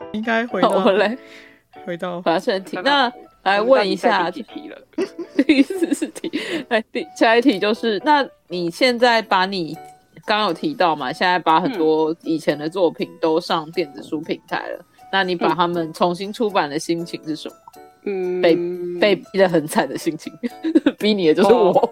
应该回好，我来回到正题。那来问一下第几题了？ 第44题。来，下一题就是，那你现在把你刚刚有提到嘛，现在把很多以前的作品都上电子书平台了，那你把他们重新出版的心情是什么？被逼得很惨的心情，逼你的就是我，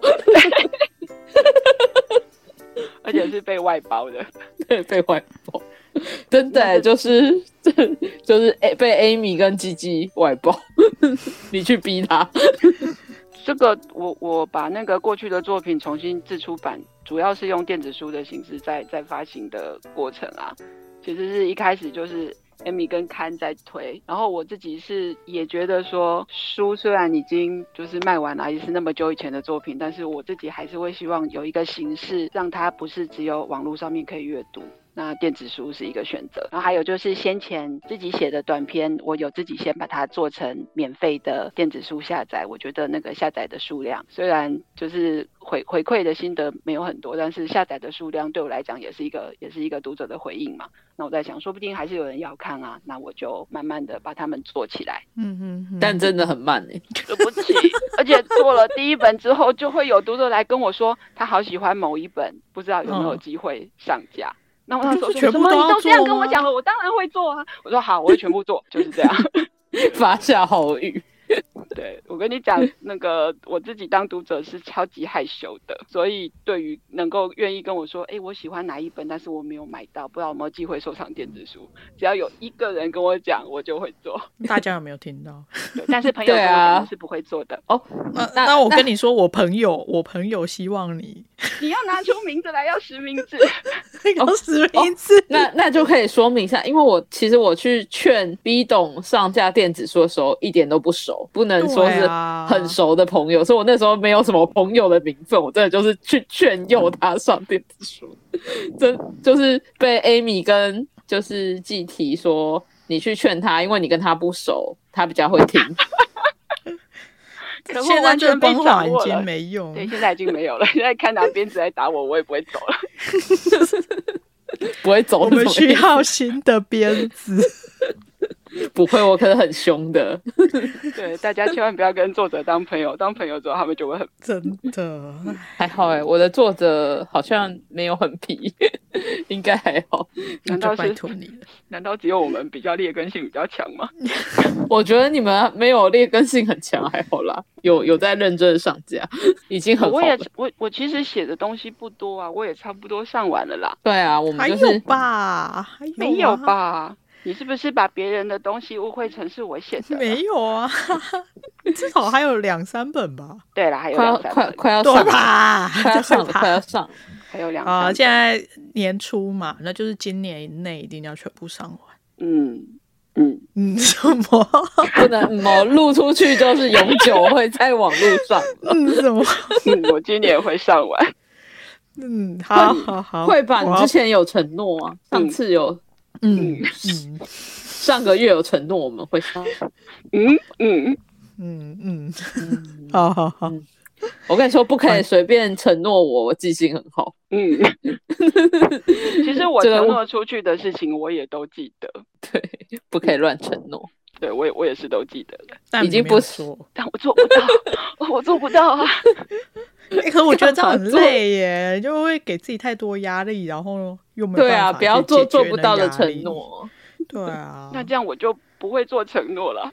而且是被外包的， 对，被外包，真的就是被 Amy 跟鸡鸡外包，你去逼他。 这个我把那个过去的作品重新自出版，主要是用电子书的形式在发行的过程啊。其实是一开始就是Amy 跟刊在推，然后我自己也觉得说，书虽然已经就是卖完了，也是那么久以前的作品，但是我自己还是会希望有一个形式，让它不是只有网络上面可以阅读。那电子书是一个选择，然后还有就是先前自己写的短篇，我有自己先把它做成免费的电子书下载。我觉得那个下载的数量，虽然就是回馈的心得没有很多，但是下载的数量对我来讲也是一个读者的回应嘛。那我在想，说不定还是有人要看啊，那我就慢慢的把它们做起来。 但真的很慢欸， 对不起，而且做了第一本之后，就会有读者来跟我说，他好喜欢某一本，不知道有没有机会上架。那我那时候说什么？你都这样跟我讲了，我当然会做啊！我说好，我会全部做，就是这样。 发下豪语。 对，我跟你讲，那个我自己当读者是超级害羞的，所以对于能够愿意跟我说，我喜欢哪一本，但是我没有买到，不知道有没有机会收藏电子书，只要有一个人跟我讲，我就会做。 大家有没有听到？ 对，但是朋友跟我讲是不会做的。 哦， 那我跟你说，我朋友希望你要拿出名字来，要实名制， 要实名制。 那就可以说明一下，因为其实我去劝 B 董上架电子书的时候，一点都不熟，不能说是很熟的朋友，所以我那时候没有什么朋友的名分，我真的就是去劝诱他上电子书。就是被 Amy 跟就是季提说，你去劝他，因为你跟他不熟，他比较会听。 可现在这方法已经没用， 对，现在已经没有了。现在看哪鞭子来打我，我也不会走了， 不会走。 我们需要新的鞭子。 不会，我可能很凶的。 对，大家千万不要跟作者当朋友，当朋友之后他们就会很真的。 还好我的作者好像没有很皮，应该还好。 难道拜托你了？ 难道只有我们比较劣根性比较强吗？ 我觉得你们没有劣根性很强，还好啦，有在认真的上架，已经很好了。 我其实写的东西不多啊，我也差不多上完了啦。 对啊，我们就是还有吧？ 没有吧？你是不是把别人的东西误会成是我写的？ 没有啊，至少还有2-3本吧。 对啦，还有2-3本， 快要上吧？ 快要上了，快要上， 还有2-3本。 现在年初嘛，那就是今年内一定要全部上完。什么？ 不能录出去就是永久会在网络上。 什么？ 我今年会上完。 好， 会吧？你之前有承诺啊，上次有。上个月有承诺我们会上。 好。 我跟你说，不可以随便承诺我记性很好。 其实我承诺出去的事情我也都记得。 对，不可以乱承诺。 对，我也是都记得的， 但已经不是， 但我做不到，我做不到啊。 可是我觉得这样很累耶，就会给自己太多压力，然后又没有办法。 对啊，不要做不到的承诺。 对啊， 那这样我就不会做承诺了。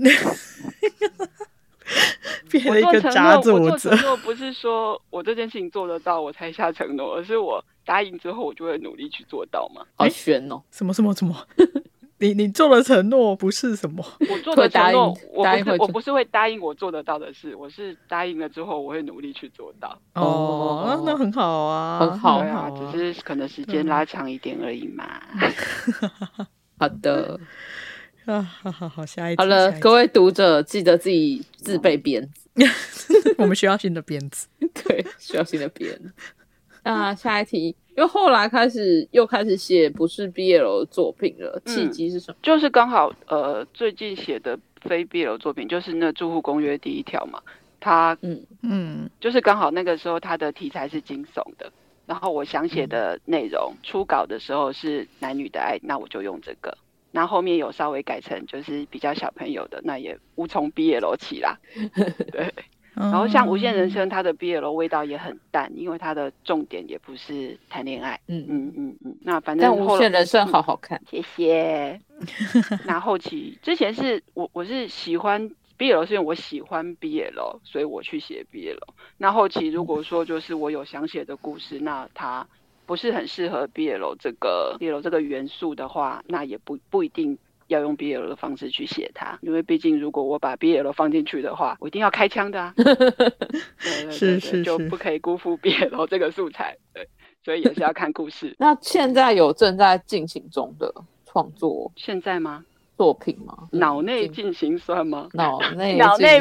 变成一个渣作者。 我做承诺不是说我这件事情做得到我才下承诺，而是我答应之后我就会努力去做到嘛。 好悬哦！ 什么？你做的承诺不是什么？ 我做的承诺，我不是会答应我做得到的事，我是答应了之后我会努力去做到。 那很好啊， 很好啊，只是可能时间拉长一点而已嘛。 好的。 好，下一题。 好了，各位读者记得自己自备鞭子。 我们需要新的鞭子。 对，需要新的鞭子。那下一题，因为后来又开始写不是 BL 的作品了，契机是什么？ 就是刚好最近写的非 BL 作品，就是那住户公约第一条嘛，它就是刚好那个时候它的题材是惊悚的，然后我想写的内容初稿的时候是男女的爱，那我就用这个。 那后面有稍微改成就是比较小朋友的，那也无从 BL 起啦。对。然后像《无限人生》，它的 BL 味道也很淡，因为它的重点也不是谈恋爱。那反正但《无限人生》好好看， 谢谢。那后期之前是我是喜欢 BL，是因为我喜欢 BL，所以我去写 BL。那后期如果说就是我有想写的故事，那它不是很适合 BL 这个元素的话，那也不一定要用 BL 的方式去写它，因为毕竟如果我把 BL 放进去的话，我一定要开枪的啊。对，是，就不可以辜负 BL 这个素材。对，所以也是要看故事。 那现在有正在进行中的创作？ 现在吗？ 作品吗？ 脑内进行算吗？ 脑内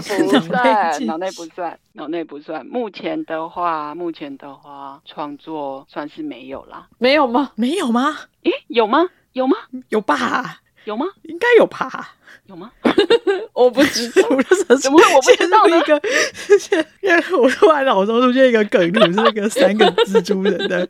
不算。目前的话，创作算是没有啦。 没有吗？ 没有吗？ 诶，有吗？ 有吧？ 有吗？ 应该有吧？ 有吗？ 我不知道， 怎么会我不知道呢？ 因为我突然脑中出现一个梗图，是那个3个蜘蛛人的。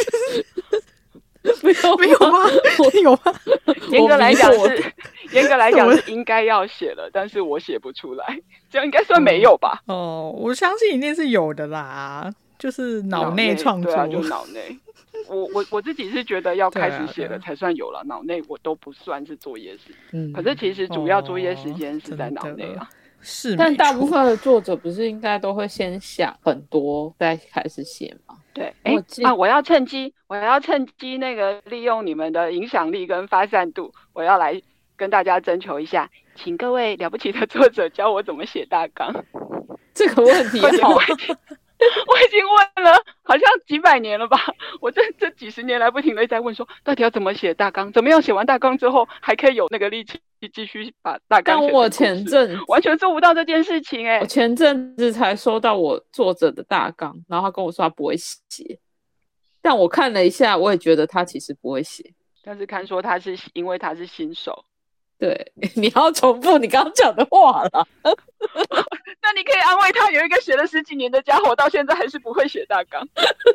没有吗？有吗？ 严格来讲是应该要写了，但是我写不出来，这样应该算没有吧？ 我相信一定是有的啦，就是脑内创作。 对啊，就脑内。我自己是觉得要开始写了才算有了，脑内我都不算是作业时。可是其实主要作业时间是在脑内啊。 是， 但大部分的作者不是应该都会先想很多再开始写吗？ 对，我要趁机那个利用你们的影响力跟发散度，我要来跟大家征求一下，请各位了不起的作者教我怎么写大纲。 这个问题好。 我已经问了好像几百年了吧，我这几十年来不停的在问说，到底要怎么写大纲，怎么样写完大纲之后还可以有那个力气继续把大纲写成故事。但我前阵完全做不到这件事情。 我前阵子才收到我作者的大纲，然后他跟我说他不会写，但我看了一下，我也觉得他其实不会写， 但是看说他是因为他是新手。 对，你要重复你刚刚讲的话了。 那你可以安慰他，有一个写了10几年的家伙到现在还是不会写大纲。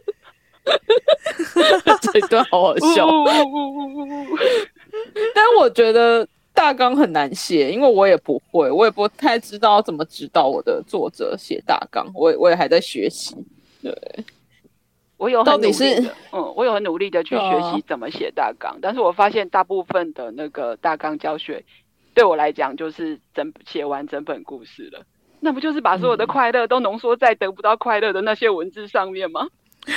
这段好好笑。但我觉得大纲很难写，因为我也不会，我也不太知道怎么指导我的作者写大纲，我也还在学习。对， 我有很努力的去学习怎么写大纲，但是我发现大部分的那个大纲教学对我来讲就是写完整本故事了，那不就是把所有的快乐都浓缩在得不到快乐的那些文字上面吗？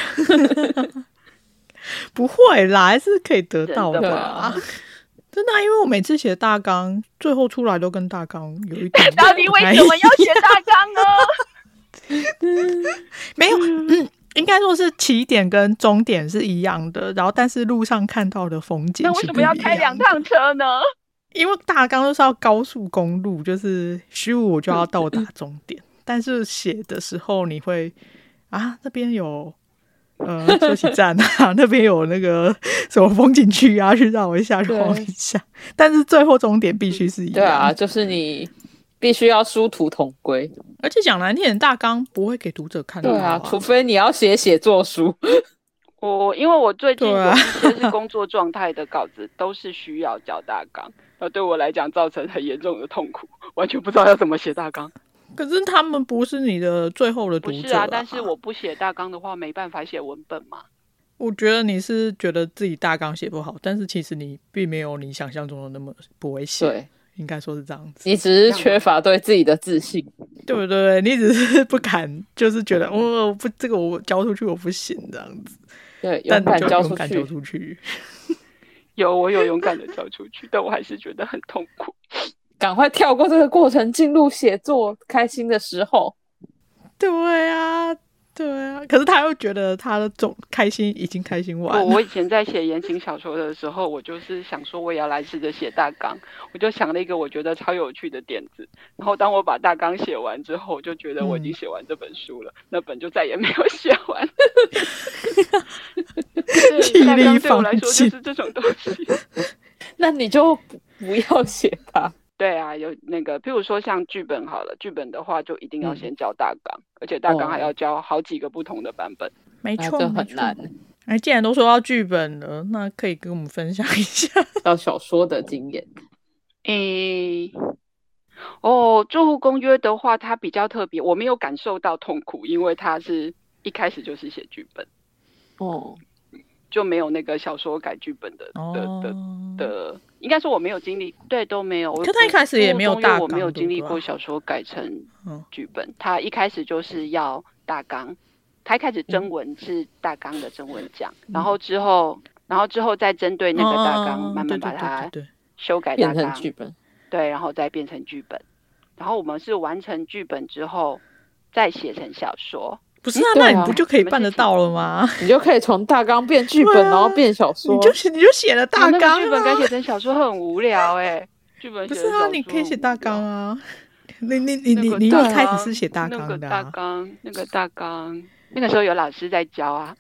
不会啦，还是可以得到的吧。真的，因为我每次写大纲最后出来都跟大纲有一点到底为什么要写大纲呢？ 没有，应该说是起点跟终点是一样的，然后但是路上看到的风景是不一样的。 那为什么要开2趟车呢？ 因为大纲就是要高速公路，就是15我就要到达终点，但是写的时候你会那边有休息站啊，那边有那个什么风景区啊，去绕一下，去晃一下，但是最后终点必须是一样的。 对啊，就是你必须要殊途同归， 而且讲难听点，大纲不会给读者看到。 对啊，除非你要写作书。 因为我最近有一些是工作状态的稿子都是需要交大纲，对我来讲造成很严重的痛苦，完全不知道要怎么写大纲。 可是他们不是你的最后的读者。 不是啊，但是我不写大纲的话没办法写文本嘛。 我觉得你是觉得自己大纲写不好，但是其实你并没有你想象中的那么不会写。 对， 应该说是这样子。 你只是缺乏对自己的自信， 对不对？你只是不敢，就是觉得这个我交出去我不行这样子。 对，勇敢交出去。 我有勇敢的交出去，但我还是觉得很痛苦。 赶快跳过这个过程，进入写作开心的时候。 对啊，可是他又觉得他的开心已经开心完了。 我以前在写言情小说的时候，我就是想说我也要来试着写大纲，我就想了一个我觉得超有趣的点子，然后当我把大纲写完之后，我就觉得我已经写完这本书了，那本就再也没有写完。 气力对我来说就是这种东西。 那你就不要写它。 对啊，有那个，譬如说像剧本好了，剧本的话就一定要先交大纲，而且大纲还要交好几个不同的版本。 没错， 这很难。 既然都说到剧本了，那可以跟我们分享一下到小说的经验。 住户公约的话，它比较特别，我没有感受到痛苦，因为它是一开始就是写剧本，就没有那个小说改剧本的应该说我没有经历，对，都没有。 可他一开始也没有大纲， 我没有经历过小说改成剧本，他一开始就是要大纲，他一开始征文是大纲的征文奖，然后之后再针对那个大纲慢慢把它修改大纲， 变成剧本， 对，然后再变成剧本，然后我们是完成剧本之后再写成小说。 不是啊，那你不就可以办得到了吗？ 你就可以从大纲变剧本，然后变小说。你就写了大纲， 那个剧本改写成小说很无聊剧本不是啊，你可以写大纲啊。你一开始是写大纲的那个大纲，那个时候有老师在教啊，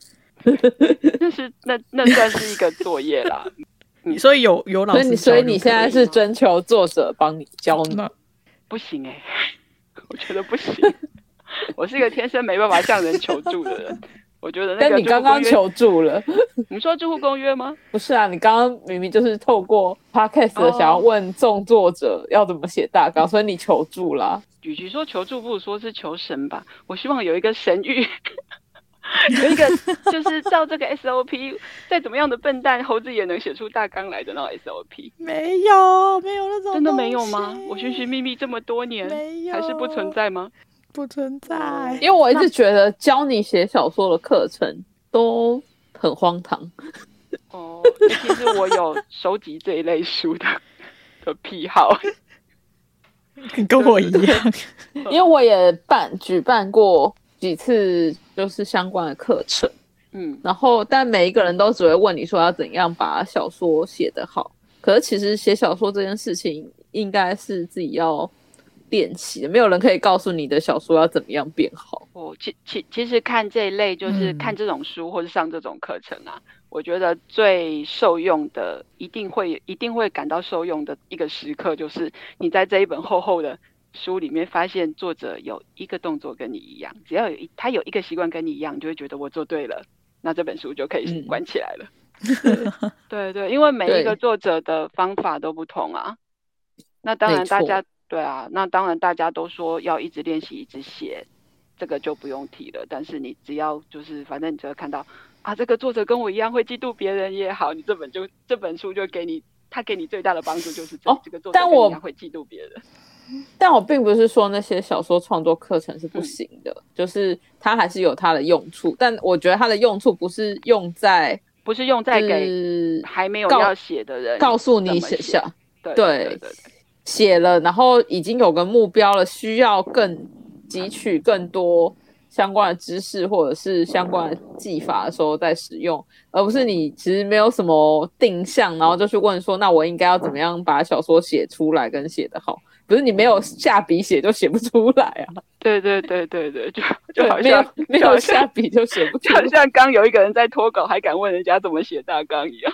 那算是一个作业啦。 所以有老师， 所以你现在是征求作者帮你教你？ 不行我觉得不行。我是一个天生没办法向人求助的人，我觉得那个。 但你刚刚求助了。 你说住户公约吗？ 不是啊，你刚刚明明就是透过 podcast 的想要问众作者要怎么写大纲，所以你求助啦。 与其说求助，不如说是求神吧。我希望有一个神谕，有一个就是照这个 SOP， 再怎么样的笨蛋猴子也能写出大纲来的那种 SOP。 没有那种， 真的没有吗？我寻寻觅觅这么多年，还是不存在吗？ 不存在， 因为我一直觉得教你写小说的课程都很荒唐。 其实我有收集这一类书的癖好， 跟我一样。 因为我也举办过几次就是相关的课程，然后但每一个人都只会问你说要怎样把小说写得好，可是其实写小说这件事情应该是自己要练习的，没有人可以告诉你的小说要怎么样变好。 其实看这一类就是看这种书或是上这种课程啊，我觉得最受用的一定会感到受用的一个时刻，就是你在这一本厚厚的书里面发现作者有一个动作跟你一样，只要他有一个习惯跟你一样，你就会觉得我做对了，那这本书就可以关起来了。对，因为每一个作者的方法都不同啊。那当然大家对啊，那当然大家都说要一直练习一直写，这个就不用提了。但是你只要就是反正你只要看到啊，这个作者跟我一样会嫉妒别人也好，你这本书就给你最大的帮助就是这个作者跟你一样会嫉妒别人。 但我并不是说那些小说创作课程是不行的，就是它还是有它的用处。但我觉得它的用处不是用在给还没有要写的人告诉你写对写了，然后已经有个目标了，需要汲取更多相关的知识或者是相关的技法的时候再使用，而不是你其实没有什么定向，然后就去问说那我应该要怎么样把小说写出来跟写得好，不是你没有下笔写就写不出来啊。 对，就好像没有下笔就写不出来， 就好像刚有一个人在脱稿还敢问人家怎么写大纲一样。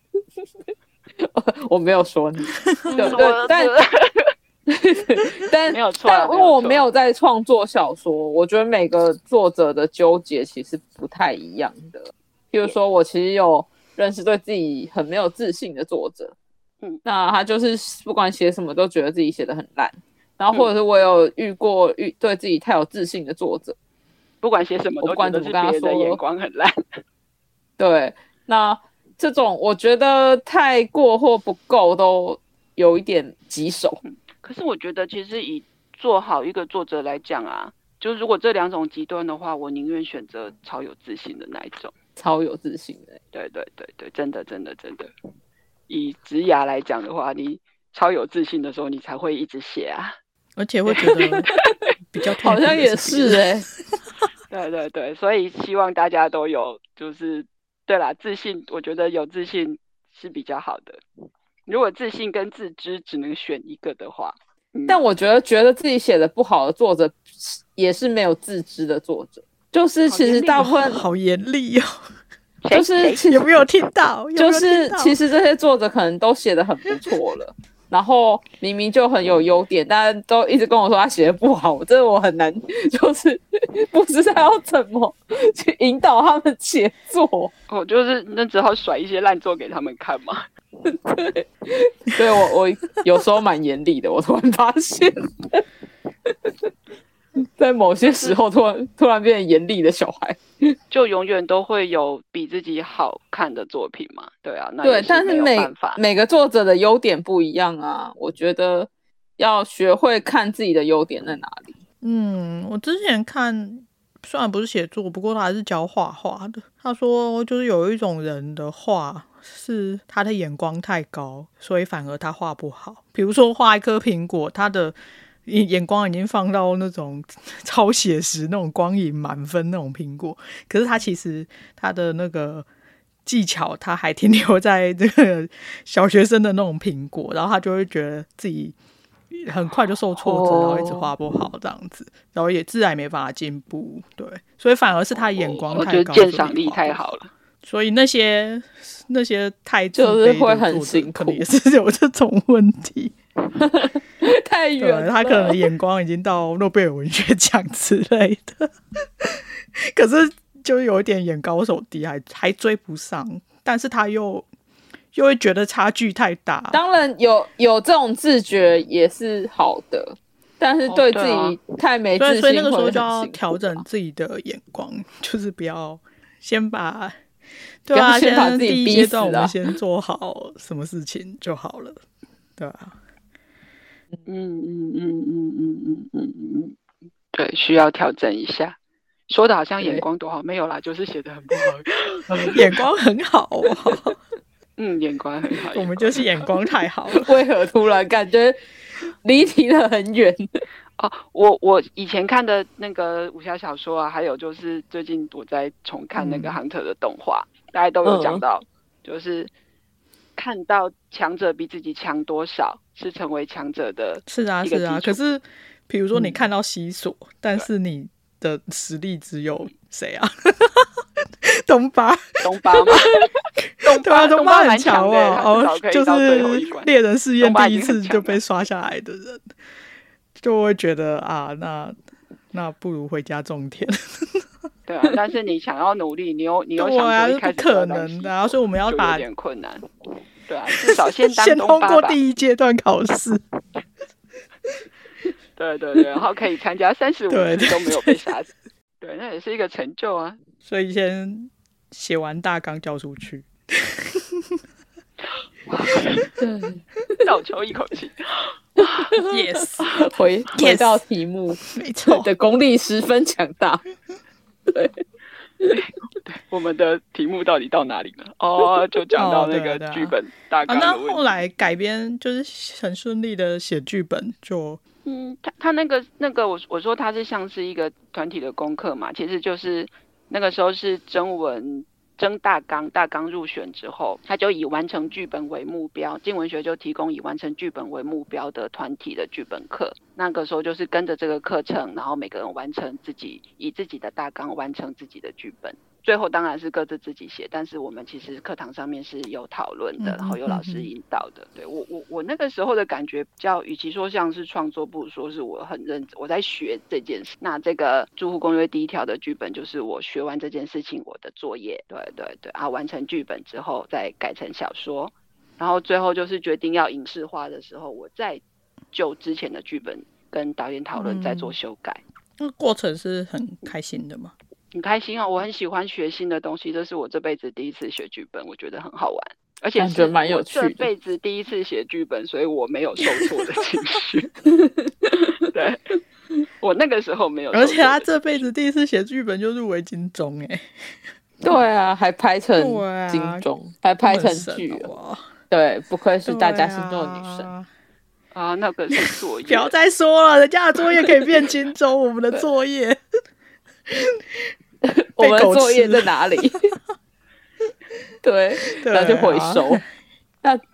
我没有说你，对，但没有错， 但因为我没有在创作小说，我觉得每个作者的纠结其实不太一样的。譬如说我其实有认识对自己很没有自信的作者，那他就是不管写什么都觉得自己写得很烂，然后或者是我有遇过对自己太有自信的作者， 不管写什么都觉得是别人的眼光很烂。 对，那这种我觉得太过或不够都有一点棘手。 可是我觉得其实以做好一个作者来讲啊，就是如果这两种极端的话，我宁愿选择超有自信的那一种。 超有自信的， 对，真的。以职涯来讲的话，你超有自信的时候，你才会一直写啊， 而且会觉得比较好像也是对，所以希望大家都有，就是对啦，自信，我觉得有自信是比较好的。如果自信跟自知只能选一个的话， 但我觉得自己写的不好的作者也是没有自知的作者，就是其实大部分好严厉哦。 就是有没有听到？ 就是其实这些作者可能都写得很不错了， 然后明明就很有优点，但都一直跟我说他写的不好，我很难，就是不知道要怎么去引导他们写作。 就是那只好甩一些烂作给他们看嘛。 对，我有时候蛮严厉的，我突然发现。在某些时候突然变成严厉的小孩， 就永远都会有比自己好看的作品嘛。对啊，那对，但是每个作者的优点不一样啊。我觉得要学会看自己的优点在哪里。 我之前看，虽然不是写作，不过他还是教画画的。他说，就是有一种人的画是他的眼光太高，所以反而他画不好。比如说画一颗苹果，他的眼光已经放到那种超写实、那种光影满分那种苹果，可是他其实他的那个技巧，他还停留在这个小学生的那种苹果，然后他就会觉得自己很快就受挫折，然后一直画不好这样子，然后也自然没办法进步。对，所以反而是他眼光太高， 我觉得鉴赏力太好了。 所以那些太自就是卑会很的辛苦， 可能也是有这种问题。 太远了， 他可能眼光已经到诺贝尔文学奖之类的，可是就有一点眼高手低，还追不上，但是他又会觉得差距太大。 当然有这种自觉也是好的，但是对自己太没自信， 所以那个时候就要调整自己的眼光，就是不要先把。对啊， 先把自己逼死第一阶段我们先做好什么事情就好了，对啊。 对，需要调整一下。说的好像眼光多好，没有啦，就是写的很不好。 眼光很好啊。 眼光很好。 我们就是眼光太好了。 为何突然感觉离题了很远？ 我以前看的那个武侠小说啊，还有就是最近我在重看那个 Hunter 的动画，大家都有讲到，就是看到强者比自己强多少是成为强者的是啊。可是比如说你看到西索，但是你的实力只有谁啊？东巴吗？东巴很强就是猎人试验第一次就被刷下来的人。就会觉得啊，那不如回家种田。 对啊，但是你想要努力，你又想说一开始不可能的啊，所以我们要打有点困难。对啊，至少先通过第一阶段考试。 对，然后可以参加35次都没有被杀死。对，那也是一个成就啊。 所以先写完大纲交出去。 倒抽一口气。 Yes， 回到题目， 没错， 的功力十分强大。对， 我们的题目到底到哪里了？就讲到那个剧本大纲的问题。 那后来改编就是很顺利的写剧本，就他那个我说他是像是一个团体的功课嘛，其实就是那个时候是征大纲入选之后，他就以完成剧本为目标，静文学就提供以完成剧本为目标的团体的剧本课。那个时候就是跟着这个课程，然后每个人以自己的大纲完成自己的剧本。最后当然是各自自己写，但是我们其实课堂上面是有讨论的，然后有老师引导的。对，我那个时候的感觉比较，与其说像是创作，不如说是我很认真，我在学这件事。那这个住户公约第一条的剧本就是我学完这件事情我的作业，对，然后完成剧本之后再改成小说，然后最后就是决定要影视化的时候，我再就之前的剧本跟导演讨论再做修改。 那过程是很开心的吗？ 很开心啊，我很喜欢学新的东西，这是我这辈子第一次学剧本，我觉得很好玩，而且是我这辈子第一次写剧本，所以我没有受挫的情绪。对，我那个时候没有受挫， 而且他这辈子第一次写剧本就入围金钟哎。 对啊，还拍成金钟，还拍成剧了。对，不愧是大家心中的女神啊！那个是作业， 不要再说了，人家的作业可以变金钟，我们的作业。 我们的作业在哪里？对，那就回收。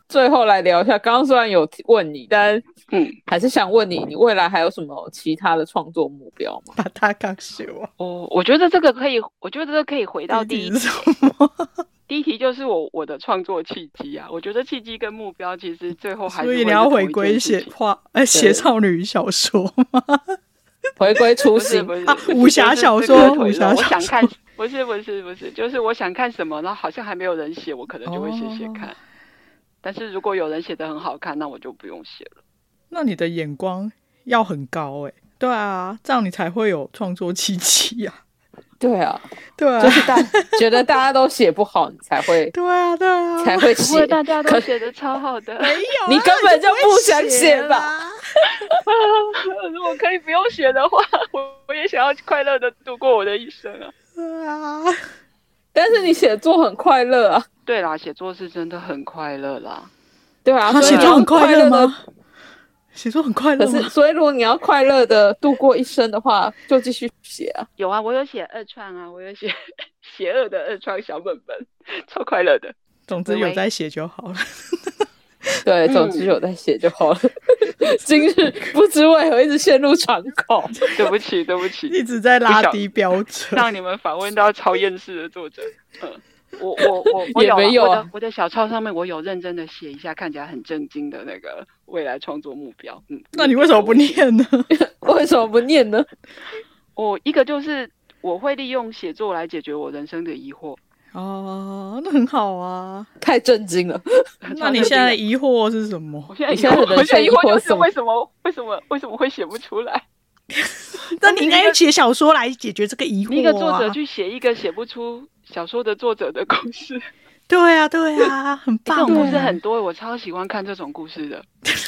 最后来聊一下，刚刚虽然有问你，但还是想问你，你未来还有什么其他的创作目标吗？ 把它刚修啊。 我觉得这个可以，回到第一题。第一题就是我的创作契机啊，我觉得契机跟目标其实最后还是会是同一件事情。所以你要回归写少女小说吗？ 回归初心， 武侠小说， 我想看，不是，就是我想看什么，然后好像还没有人写，我可能就会写看。但是如果有人写得很好看，那我就不用写了。 那你的眼光要很高对啊，这样你才会有创作契机啊。 对啊，就是觉得大家都写不好，你才会对啊， 才会写。 不会，大家都写得超好的， 没有， 你根本就不想写吧？ 如果可以不用写的话，我也想要快乐的度过我的一生啊。 对啊， 但是你写作很快乐啊。 对啦，写作是真的很快乐啦。 对啊， 写作很快乐吗？写作很快乐吗？ 可是，所以如果你要快乐的度过一生的话，就继续写啊。 有啊，我有写二创啊，我有写邪恶的二创小本本，超快乐的。 总之有在写就好了。 对，总之有在写就好了。今日不知为何一直陷入长考。 对不起， 一直在拉低标准， 让你们访问到超厌世的作者。我也没有啊， 我的小抄上面我有认真的写一下，看起来很震惊的那个未来创作目标。 那你为什么不念呢？ 为什么不念呢？ 一个就是我会利用写作来解决我人生的疑惑。 哦，那很好啊！ 太震惊了。 那你现在的疑惑是什么？ 我现在疑惑就是为什么会写不出来？ 那你应该写小说来解决这个疑惑啊！ 一个作者去写一个写不出小说的作者的故事。 对啊，很棒。 这种故事很多，我超喜欢看这种故事的。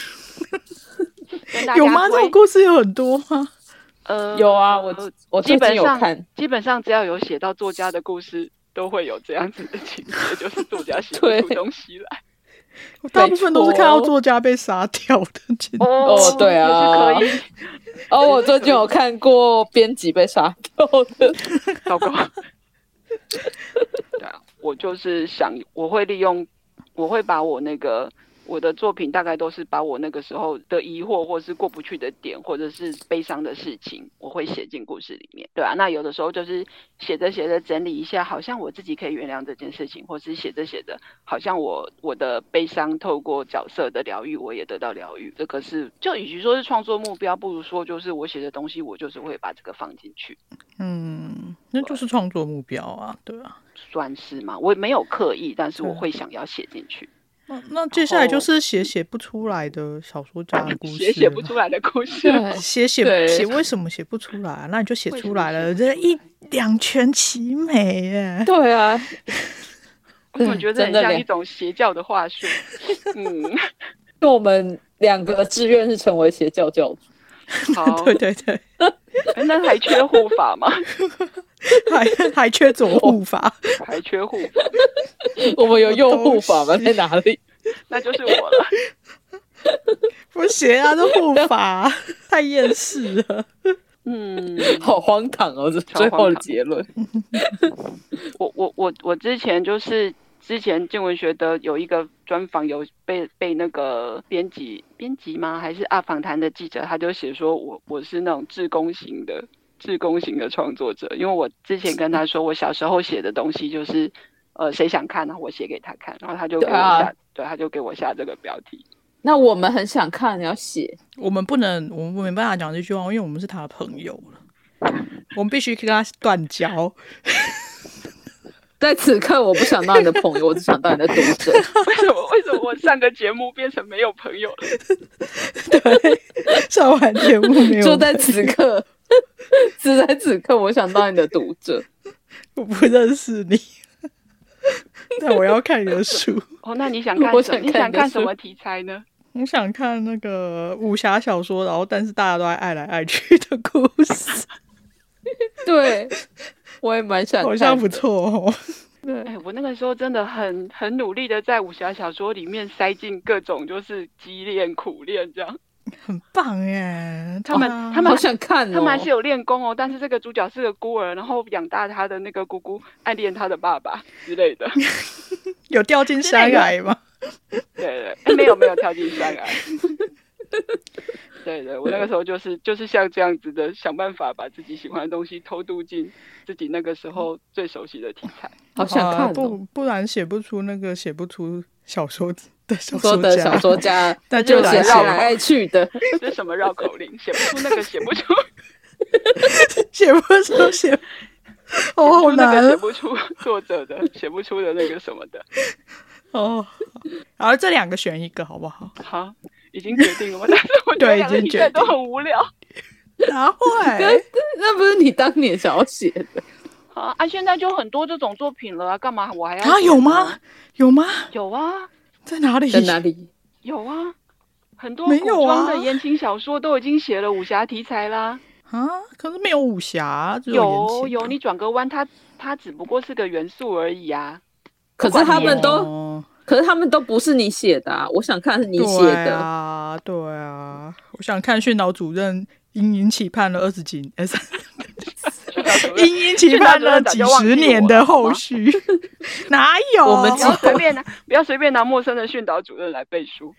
有吗？这种故事有很多吗？ 有啊，我基本上有看。 基本上只要有写到作家的故事，都会有这样子的情节，就是作家写不出东西来。 我大部分都是看到作家被杀掉的情节。 对啊， 也是可以。 我最近有看过编辑被杀掉的， 糟糕。对啊，我就是我会把我的作品大概都是把我那个时候的疑惑，或是过不去的点，或者是悲伤的事情，我会写进故事里面。对啊，那有的时候就是写着写着整理一下，好像我自己可以原谅这件事情，或是写着写着，好像我的悲伤透过角色的疗愈，我也得到疗愈。这个是就与其说是创作目标，不如说就是我写的东西，我就是会把这个放进去。 那就是创作目标啊，对啊， 算是嘛。我没有刻意，但是我会想要写进去。 那接下来就是写不出来的小说家的故事， 写不出来的故事， 写为什么写不出来那你就写出来了，这两全其美耶。 对啊， 我怎么觉得很像一种邪教的话术？ 我们两个志愿是成为邪教教主。 好， 对， 那还缺护法吗？ 还缺左护法， 还缺护法。 我们有右护法吗？在哪里？ 那就是我了。 不行啊，这护法太厌世了。 好荒唐哦！这最后的结论。 我之前建文学的有一个专访，有被那个编辑吗？还是访谈的记者，他就写说我是那种志工型的创作者，因为我之前跟他说我小时候写的东西就是谁想看然后我写给他看，然后他就给我下他就给我下这个标题。 那我们很想看，你要写， 我们没办法讲这句话，因为我们是他的朋友了，我们必须跟他断交。 在此刻我不想当你的朋友，我只想当你的读者。 为什么我上个节目变成没有朋友了？ 对，上完节目没有。 就在此刻，只在此刻，我想当你的读者。 我不认识你，但我要看你的书。 那你想看什么题材呢？ 我想看那个武侠小说，然后但是大家都爱来爱去的故事。 对，我也蛮想看的， 好像不错哦。 对，我那个时候真的很努力的在武侠小说里面塞进各种就是激恋苦恋这样。 很棒耶！ 他们好想看哦， 他们还是有练功哦，但是这个主角是个孤儿，然后养大他的那个姑姑暗恋他的爸爸之类的。 有掉进山崖吗？ 对对，没有跳进山崖。对对，我那个时候就是像这样子的，想办法把自己喜欢的东西偷渡进自己那个时候最熟悉的题材。 好想看不然写不出小说的小说家， 那就写来爱去的， 这是什么绕口令？写不出那个写不出， 写不出好难， 写不出作者的，写不出的那个什么的。 哦，然后这2个选一个好不好？ 好，已经决定了吗？但是我觉得2个题材都很无聊。 哪会？ 那不是你当年想要写的啊！现在就很多这种作品了啊，干嘛我还要有吗？有吗？ 有啊， 在哪里？ 有啊，很多古装的言情小说都已经写了武侠题材啦。 啊，可是没有武侠，只有言情你转个弯，它只不过是个元素而已啊。 可是他们都不是你写的啊！我想看是你写的。 对啊，我想看训导主任殷殷期盼了20几年，殷殷期盼了几十年的后续，哪有？ 我们不要随便拿陌生的训导主任来背书。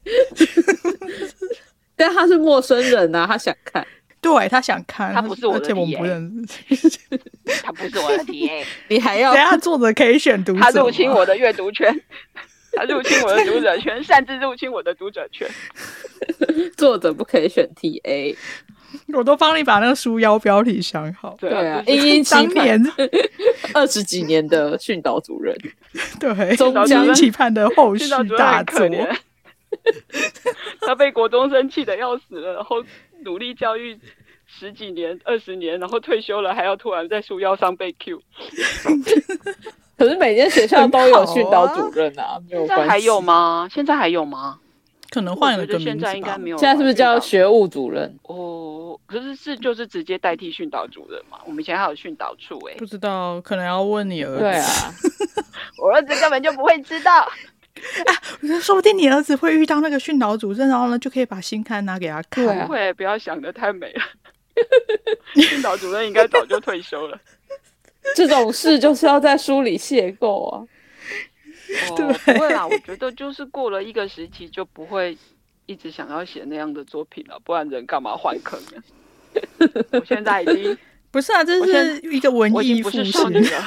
但他是陌生人啊，他想看。 对，他想看， 他不是我的 TA， 而且我们不认识。 他不是我的 TA， 你还要？ 等下作者可以选读者， 他入侵我的阅读权，他入侵我的读者权，擅自入侵我的读者权。 作者不可以选 TA， 我都帮你把那个书腰标题想好。 对啊，殷殷期盼20几年的训导主任， 对，殷殷期盼的后续大作。 他被国中生气得要死了，然后努力教育10几年、20年，然后退休了，还要突然在书腰上被 Q。 可是每间学校都有训导主任啊，没有关系。 现在还有吗？现在还有吗？ 可能换了个名字吧。 现在应该没有。 现在是不是叫学务主任？ 哦，可是就是直接代替训导主任嘛？我们以前还有训导处不知道，可能要问你儿子。 对啊， 我儿子根本就不会知道。 说不定你儿子会遇到那个训导主任，然后呢就可以把新刊拿给他看。 不会，不要想得太美了。训导主任应该早就退休了。 这种事就是要在书里邂逅啊。 不会啦，我觉得就是过了一个时期就不会一直想要写那样的作品了，不然人干嘛换坑呢？我现在已经不是啊，这是一个文艺复兴了。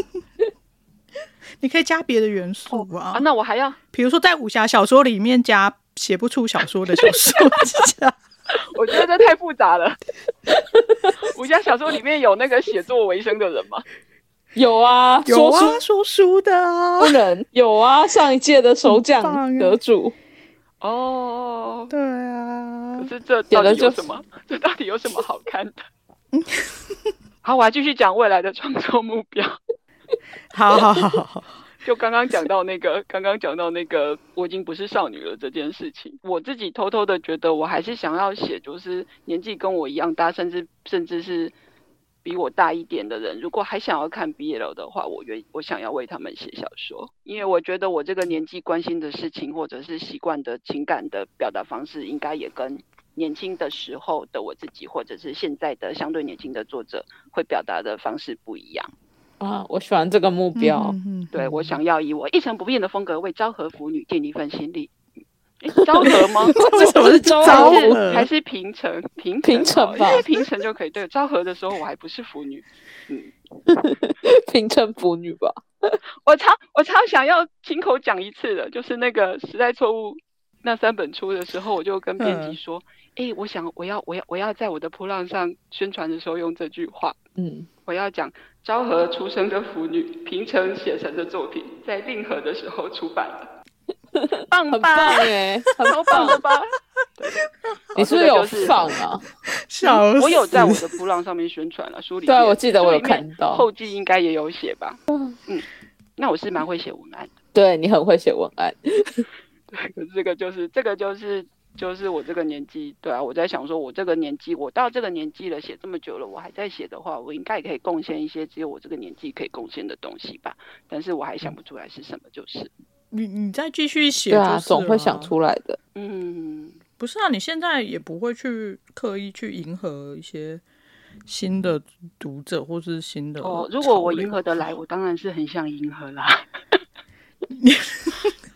你可以加别的元素啊。 那我还要， 比如说在武侠小说里面加写不出小说的小说家。 我觉得这太复杂了。武侠小说里面有那个写作为生的人吗？ 有啊， 说书的啊， 人有啊，上一届的首奖得主。 哦， 对啊。 可是这到底有什么？这到底有什么好看的？好，我还继续讲未来的创作目标。 好。 就刚刚讲到那个，我已经不是少女了这件事情，我自己偷偷的觉得，我还是想要写，就是年纪跟我一样大，甚至是比我大一点的人，如果还想要看 BL 的话，我想要为他们写小说，因为我觉得我这个年纪关心的事情，或者是习惯的情感的表达方式，应该也跟年轻的时候的我自己，或者是现在的相对年轻的作者会表达的方式不一样。 我喜欢这个目标。 对，我想要以我一成不变的风格为昭和腐女尽一份心力。昭和吗？ 为什么是昭和？ 还是平成？平成吧， 因为平成就可以。对，昭和的时候我还不是腐女。 平成腐女吧。 我超想要亲口讲一次的，就是那个时代错误那3本出的时候，我就跟编辑说，我要在我的噗浪上宣传的时候用这句话。我要讲昭和出生的腐女，平成写成的作品，在令和的时候出版了。棒吧， 很棒耶， 超棒的吧？ 你是不是有放啊？ 我有在我的噗浪上面宣传了，书里面。 对，我记得我有看到。 后记应该也有写吧？那我是蛮会写文案的。 对，你很会写文案。 对，可是这个就是我这个年纪，对啊，我在想说，我到这个年纪了，写这么久了，我还在写的话，我应该也可以贡献一些只有我这个年纪可以贡献的东西吧。但是我还想不出来是什么，就是你再继续写， 对啊，总会想出来的。 不是啊，你现在也不会去刻意去迎合一些新的读者或是新的如果我迎合得来，我当然是很想迎合啦。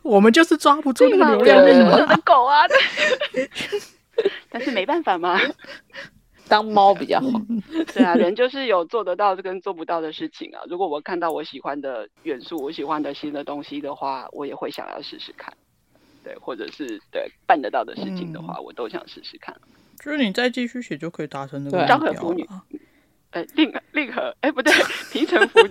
我们就是抓不住那个流量密码。 我的狗啊，但是没办法嘛， 当猫比较好。 对啊，人就是有做得到跟做不到的事情啊。如果我看到我喜欢的元素，我喜欢的新的东西的话，我也会想要试试看。对，或者是对办得到的事情的话，我都想试试看。 就是你再继续写就可以达成那个目标了。 昭和腐女，令和，不对，平成腐女。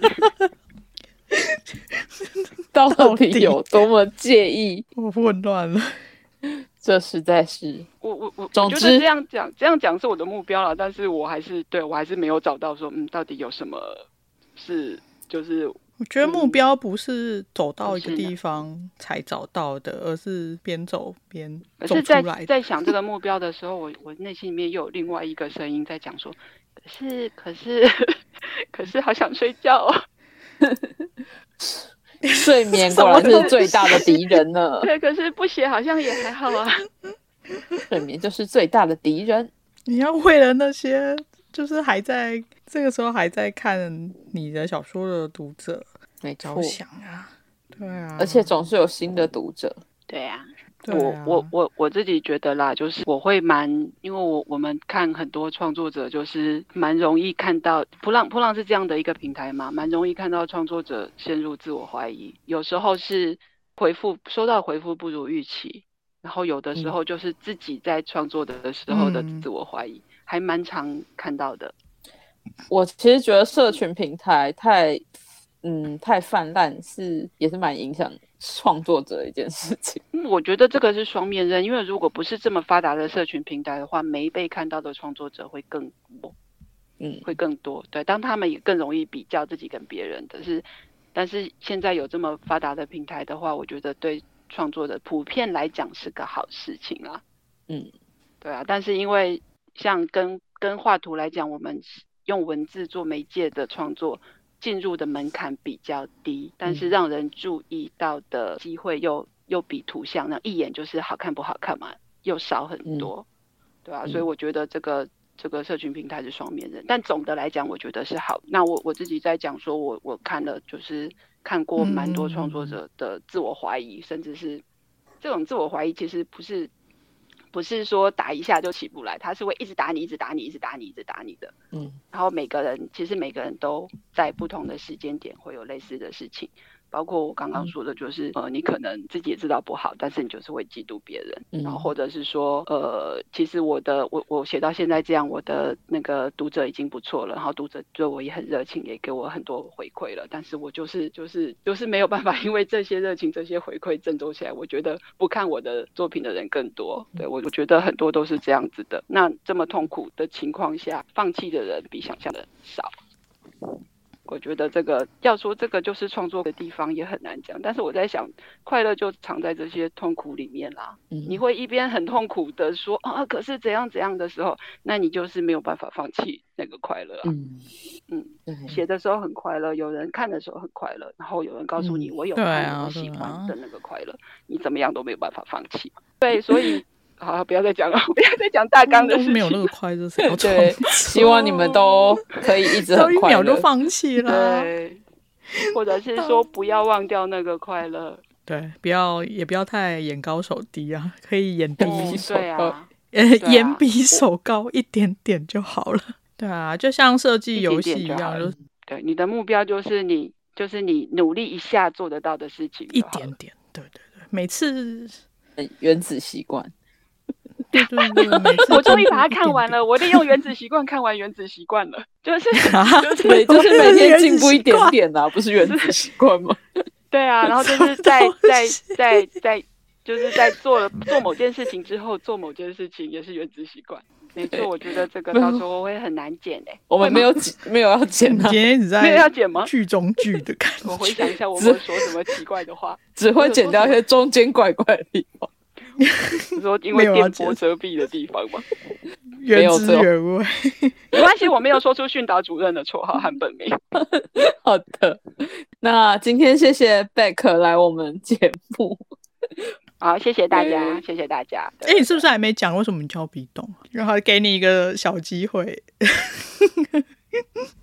到底有多么介意？ 我混乱了。 这实在是我总之觉得这样讲是我的目标了，但是我还是没有找到说到底有什么是就是我觉得目标不是走到一个地方才找到的，而是边走边走出来的。 可是在想这个目标的时候，我内心里面又有另外一个声音在讲说，可是好想睡觉哦。 睡眠果然是最大的敌人呢。 对，可是不写好像也还好啊。 睡眠就是最大的敌人。 你要为了那些就是这个时候还在看你的小说的读者着想啊。对啊， 而且总是有新的读者。 对啊。 对啊， 我自己觉得啦，就是我会因为我们看很多创作者，就是蛮容易看到噗浪是这样的一个平台嘛，蛮容易看到创作者陷入自我怀疑，有时候是收到回复不如预期，然后有的时候就是自己在创作的时候的自我怀疑，还蛮常看到的。 我其实觉得社群平台太泛滥也是蛮影响创作者的一件事情。 我觉得这个是双面刃，因为如果不是这么发达的社群平台的话，没被看到的创作者会更多，会更多。对，当他们也更容易比较自己跟别人的但是现在有这么发达的平台的话，我觉得对创作者普遍来讲是个好事情啊。对啊，但是因为像跟画图来讲，我们用文字做媒介的创作，进入的门槛比较低，但是让人注意到的机会又比图像那一眼就是好看不好看嘛，又少很多。对啊，所以我觉得这个社群平台是双面刃，但总的来讲我觉得是好。那我自己在讲说我看了，就是看过蛮多创作者的自我怀疑，甚至是这种自我怀疑其实不是说打一下就起不来，他是会一直打你的。然后每个人都在不同的时间点会有类似的事情，包括我刚刚说的，就是你可能自己也知道不好，但是你就是会嫉妒别人，然后或者是说其实我写到现在这样，我的那个读者已经不错了，然后读者对我也很热情，也给我很多回馈了，但是我就是没有办法因为这些热情这些回馈振作起来，我觉得不看我的作品的人更多。对，我觉得很多都是这样子的。那这么痛苦的情况下，放弃的人比想象的少。我觉得要说这个就是创作的地方也很难讲，但是我在想，快乐就藏在这些痛苦里面啦。你会一边很痛苦的说可是怎样怎样的时候，那你就是没有办法放弃那个快乐啊。写的时候很快乐，有人看的时候很快乐，然后有人告诉你我有看我喜欢的那个快乐，你怎么样都没有办法放弃。对，所以好，不要再讲了，不要再讲大纲的事情。 没有那个快乐，谁要创作？希望你们都可以一直很快乐。 一秒就放弃了， 对，或者是说不要忘掉那个快乐。 对，也不要太眼高手低啊，可以眼低手高，眼比手高一点点就好了。对啊，就像设计游戏一样，就是对你的目标就是你努力一下做得到的事情， 一点点。对，每次原子习惯。 对， 我终于把它看完了。我利用原子习惯看完原子习惯了，就是每天进步一点点啊，不是原子习惯吗？ 对啊，然后就是在就是在做某件事情之后做某件事情也是原子习惯。没错，我觉得这个到时候会很难剪我们没有要剪啊， 今天一直在没有要剪吗？ 剧中剧的感觉。 我回想一下，我没有说什么奇怪的话， 只会剪掉一些中间怪怪的地方。 你说因为电波遮蔽的地方吗？ 原汁原味。 没关系，我没有说出训导主任的绰号和本名。 好的，那今天谢谢 Beck 来我们节目。 好，谢谢大家，谢谢大家。 你是不是还没讲为什么你叫B栋？然后给你一个小机会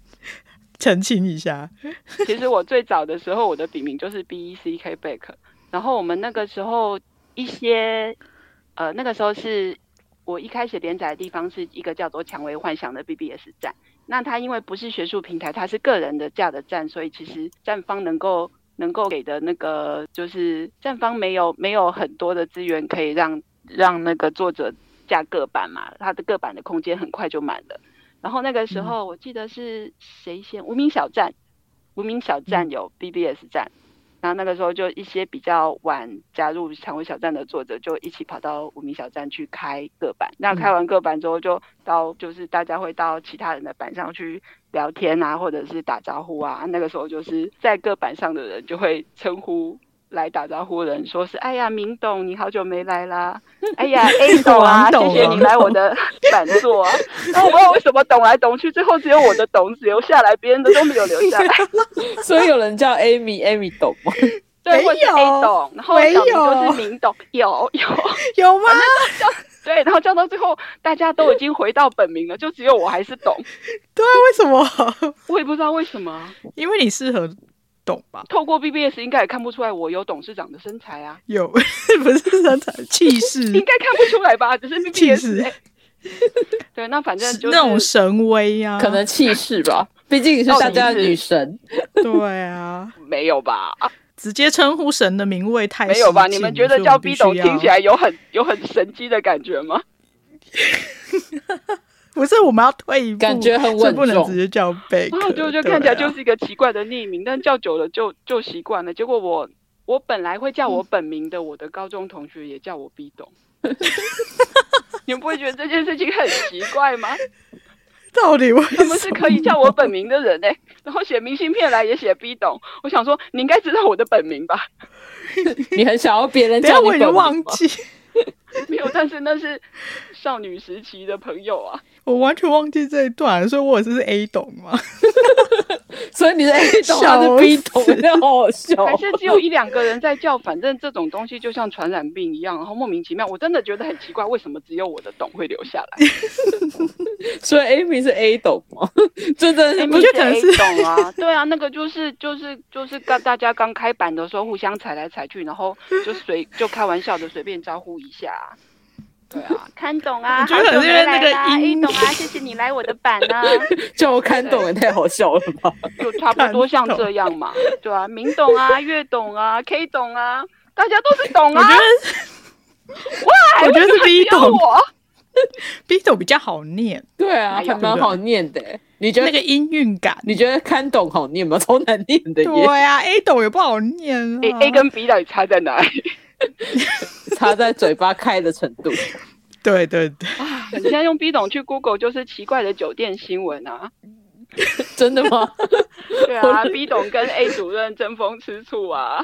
澄清一下。 其实我最早的时候，我的笔名就是 BECK Beck。 然后我们那个时候一些那个时候是我一开始连载的地方是一个叫做蔷薇幻想的 BBS 站，那它因为不是学术平台，它是个人的架的站，所以其实站方能够给的那个就是站方没有很多的资源可以让那个作者架个版嘛，他的个版的空间很快就满了。然后那个时候我记得是谁先，无名小站有 BBS 站，然后那个时候就一些比较晚加入蔷薇小站的作者就一起跑到无名小站去开个版，那开完个版之后就到就是大家会到其他人的版上去聊天啊，或者是打招呼啊，那个时候就是在个版上的人就会称呼来打招呼的人说是哎呀明董你好久没来啦，哎呀 A 董啊谢谢你来我的版座啊，然后我不知道为什么董来董去，最后只有我的董留下来，别人的都没有留下来所以有人叫 Amy 董吗？ 对，或是 A 董，然后小名就是明董，有吗？ 对，然后叫到最后大家都已经回到本名了，就只有我还是董。 对啊，为什么？ 我也不知道为什么， 因为你适合董吧？ 透过 BBS 应该也看不出来我有董事长的身材啊， 有不是身材气势， 应该看不出来吧？只是 BBS 气势。 对，那反正就是那种神威啊， 可能气势吧，毕竟你是大家的女神。 对啊， 没有吧？ 直接称呼神的名谓太没有吧？你们觉得叫 B 董听起来有很神机的感觉吗？ 不是，我们要退一步， 感觉很稳重， 不能直接叫贝克。 就看起来就是一个奇怪的匿名，但叫久了就习惯了。结果我本来会叫我本名的，我的高中同学也叫我 B 董。你们不会觉得这件事情很奇怪吗？ 到底为什么他们是可以叫我本名的人欸，然后写明信片来也写 B 董，我想说你应该知道我的本名吧？ 你很想要别人叫你本名吗？ 我已经忘记没有，但是那是少女时期的朋友啊， 我完全忘记这一段，所以我也是 A 董嘛。 所以你是 A 董，他是 B 董，那好好笑。 还是只有1-2个人在叫，反正这种东西就像传染病一样，然后莫名其妙，我真的觉得很奇怪，为什么只有我的董会留下来？ 所以 Amy 是 A 董吗？真的是， 我觉得可能是 A 董啊，对啊，那个就是大家刚开版的时候互相踩来踩去，然后就开玩笑的随便招呼一下。对啊，看懂啊， 我觉得可能是因为那个 A 董啊，谢谢你来我的版啊， 叫我看懂也太好笑了吧？ 就差不多像这样嘛，对啊，明董啊，月董啊 ，K 董啊，大家都是董啊。 我觉得是 B 董 ，B 董比较好念。 对啊，还蛮好念的。你觉得那个音韵感？ 你觉得看懂好念吗？超难念的。 对啊 ，A 董也不好念啊。 A 跟 B 到底差在哪里？ 差在嘴巴开的程度。 对你现在用 B 董去 Google 就是奇怪的酒店新闻啊。 真的吗？ 对啊，B 董跟 A 主任争风吃醋啊。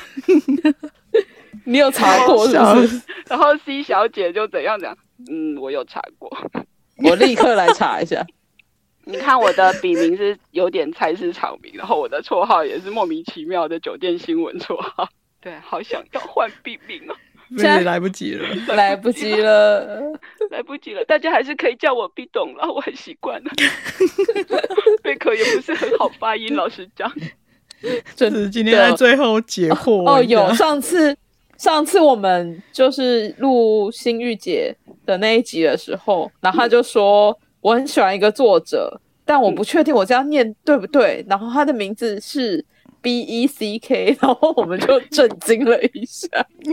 你有查过是不是？ 然后 C 小姐就怎样讲？我有查过。 我立刻来查一下。 你看我的笔名是有点菜市场名，然后我的绰号也是莫名其妙的酒店新闻绰号。对，好想要换笔名哦。 现在来不及了， 来不及了， 来不及了！大家还是可以叫我 B 董了，我很习惯了。贝壳也不是很好发音，老实讲。 就是今天在最后解惑哦，有上次我们就是录新玉姐的那一集的时候，然后他就说我很喜欢一个作者，但我不确定我这样念对不对。然后他的名字是BECK， 然后我们就震惊了一下，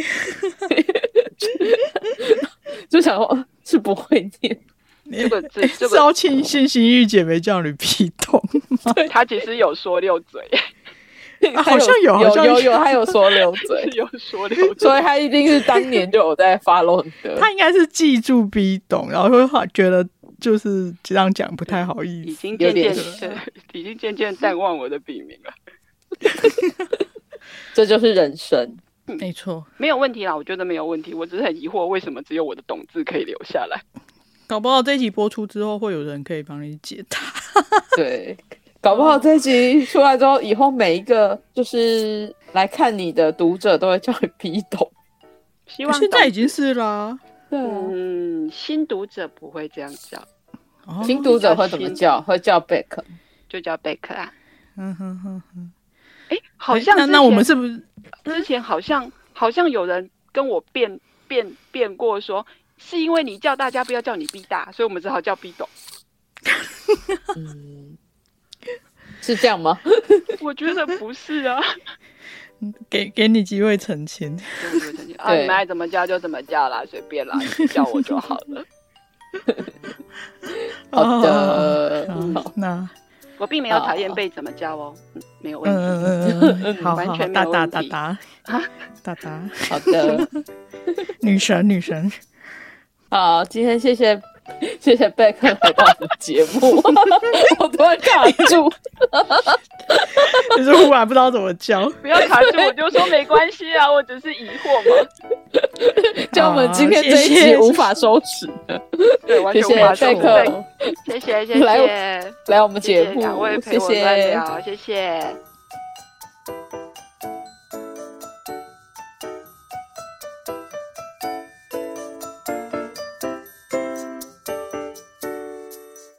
就想说是不会念。 这个超庆幸新玉姐没叫你 B 董吗？ 他其实有说溜嘴。 好像有， 他有说溜嘴， 有说溜嘴， 所以他一定是当年就有在 follow 的。 他应该是记住 B 董，然后会觉得就是这样讲不太好意思， 已经渐渐淡忘我的笔名了。 这就是人生， 没错， 没有问题啦，我觉得没有问题。我只是很疑惑，为什么只有我的董字可以留下来？ 搞不好这一集播出之后，会有人可以帮你解答。 对。搞不好这一集出来之后，以后每一个就是来看你的读者都会叫你 B 董。 希望现在已经是啦。 对啊， 新读者不会这样叫。 新读者会怎么叫？会叫贝克， 就叫贝克啊。 哼。 好像那我们是不是之前好像好像有人跟我辩过说，是因为你叫大家不要叫你 B 大，所以我们只好叫 B 董。 是这样吗？ 我觉得不是啊。 给你机会澄清。 啊，你们爱怎么叫就怎么叫啦，随便啦，你叫我就好了。 好的， 好，那我并没有讨厌被怎么叫哦，没有问题。 好， 完全没有问题。 达， 好的， 女神。 好，今天谢谢贝克来到我的节目，我突然卡住， 就是忽然不知道怎么叫。 不要卡住，我就说没关系啊，我只是疑惑嘛。 就我们今天这一集无法收拾， 对，完全无法收拾。 谢谢贝克， 谢谢来我们节目， 两位陪我乱聊，谢谢。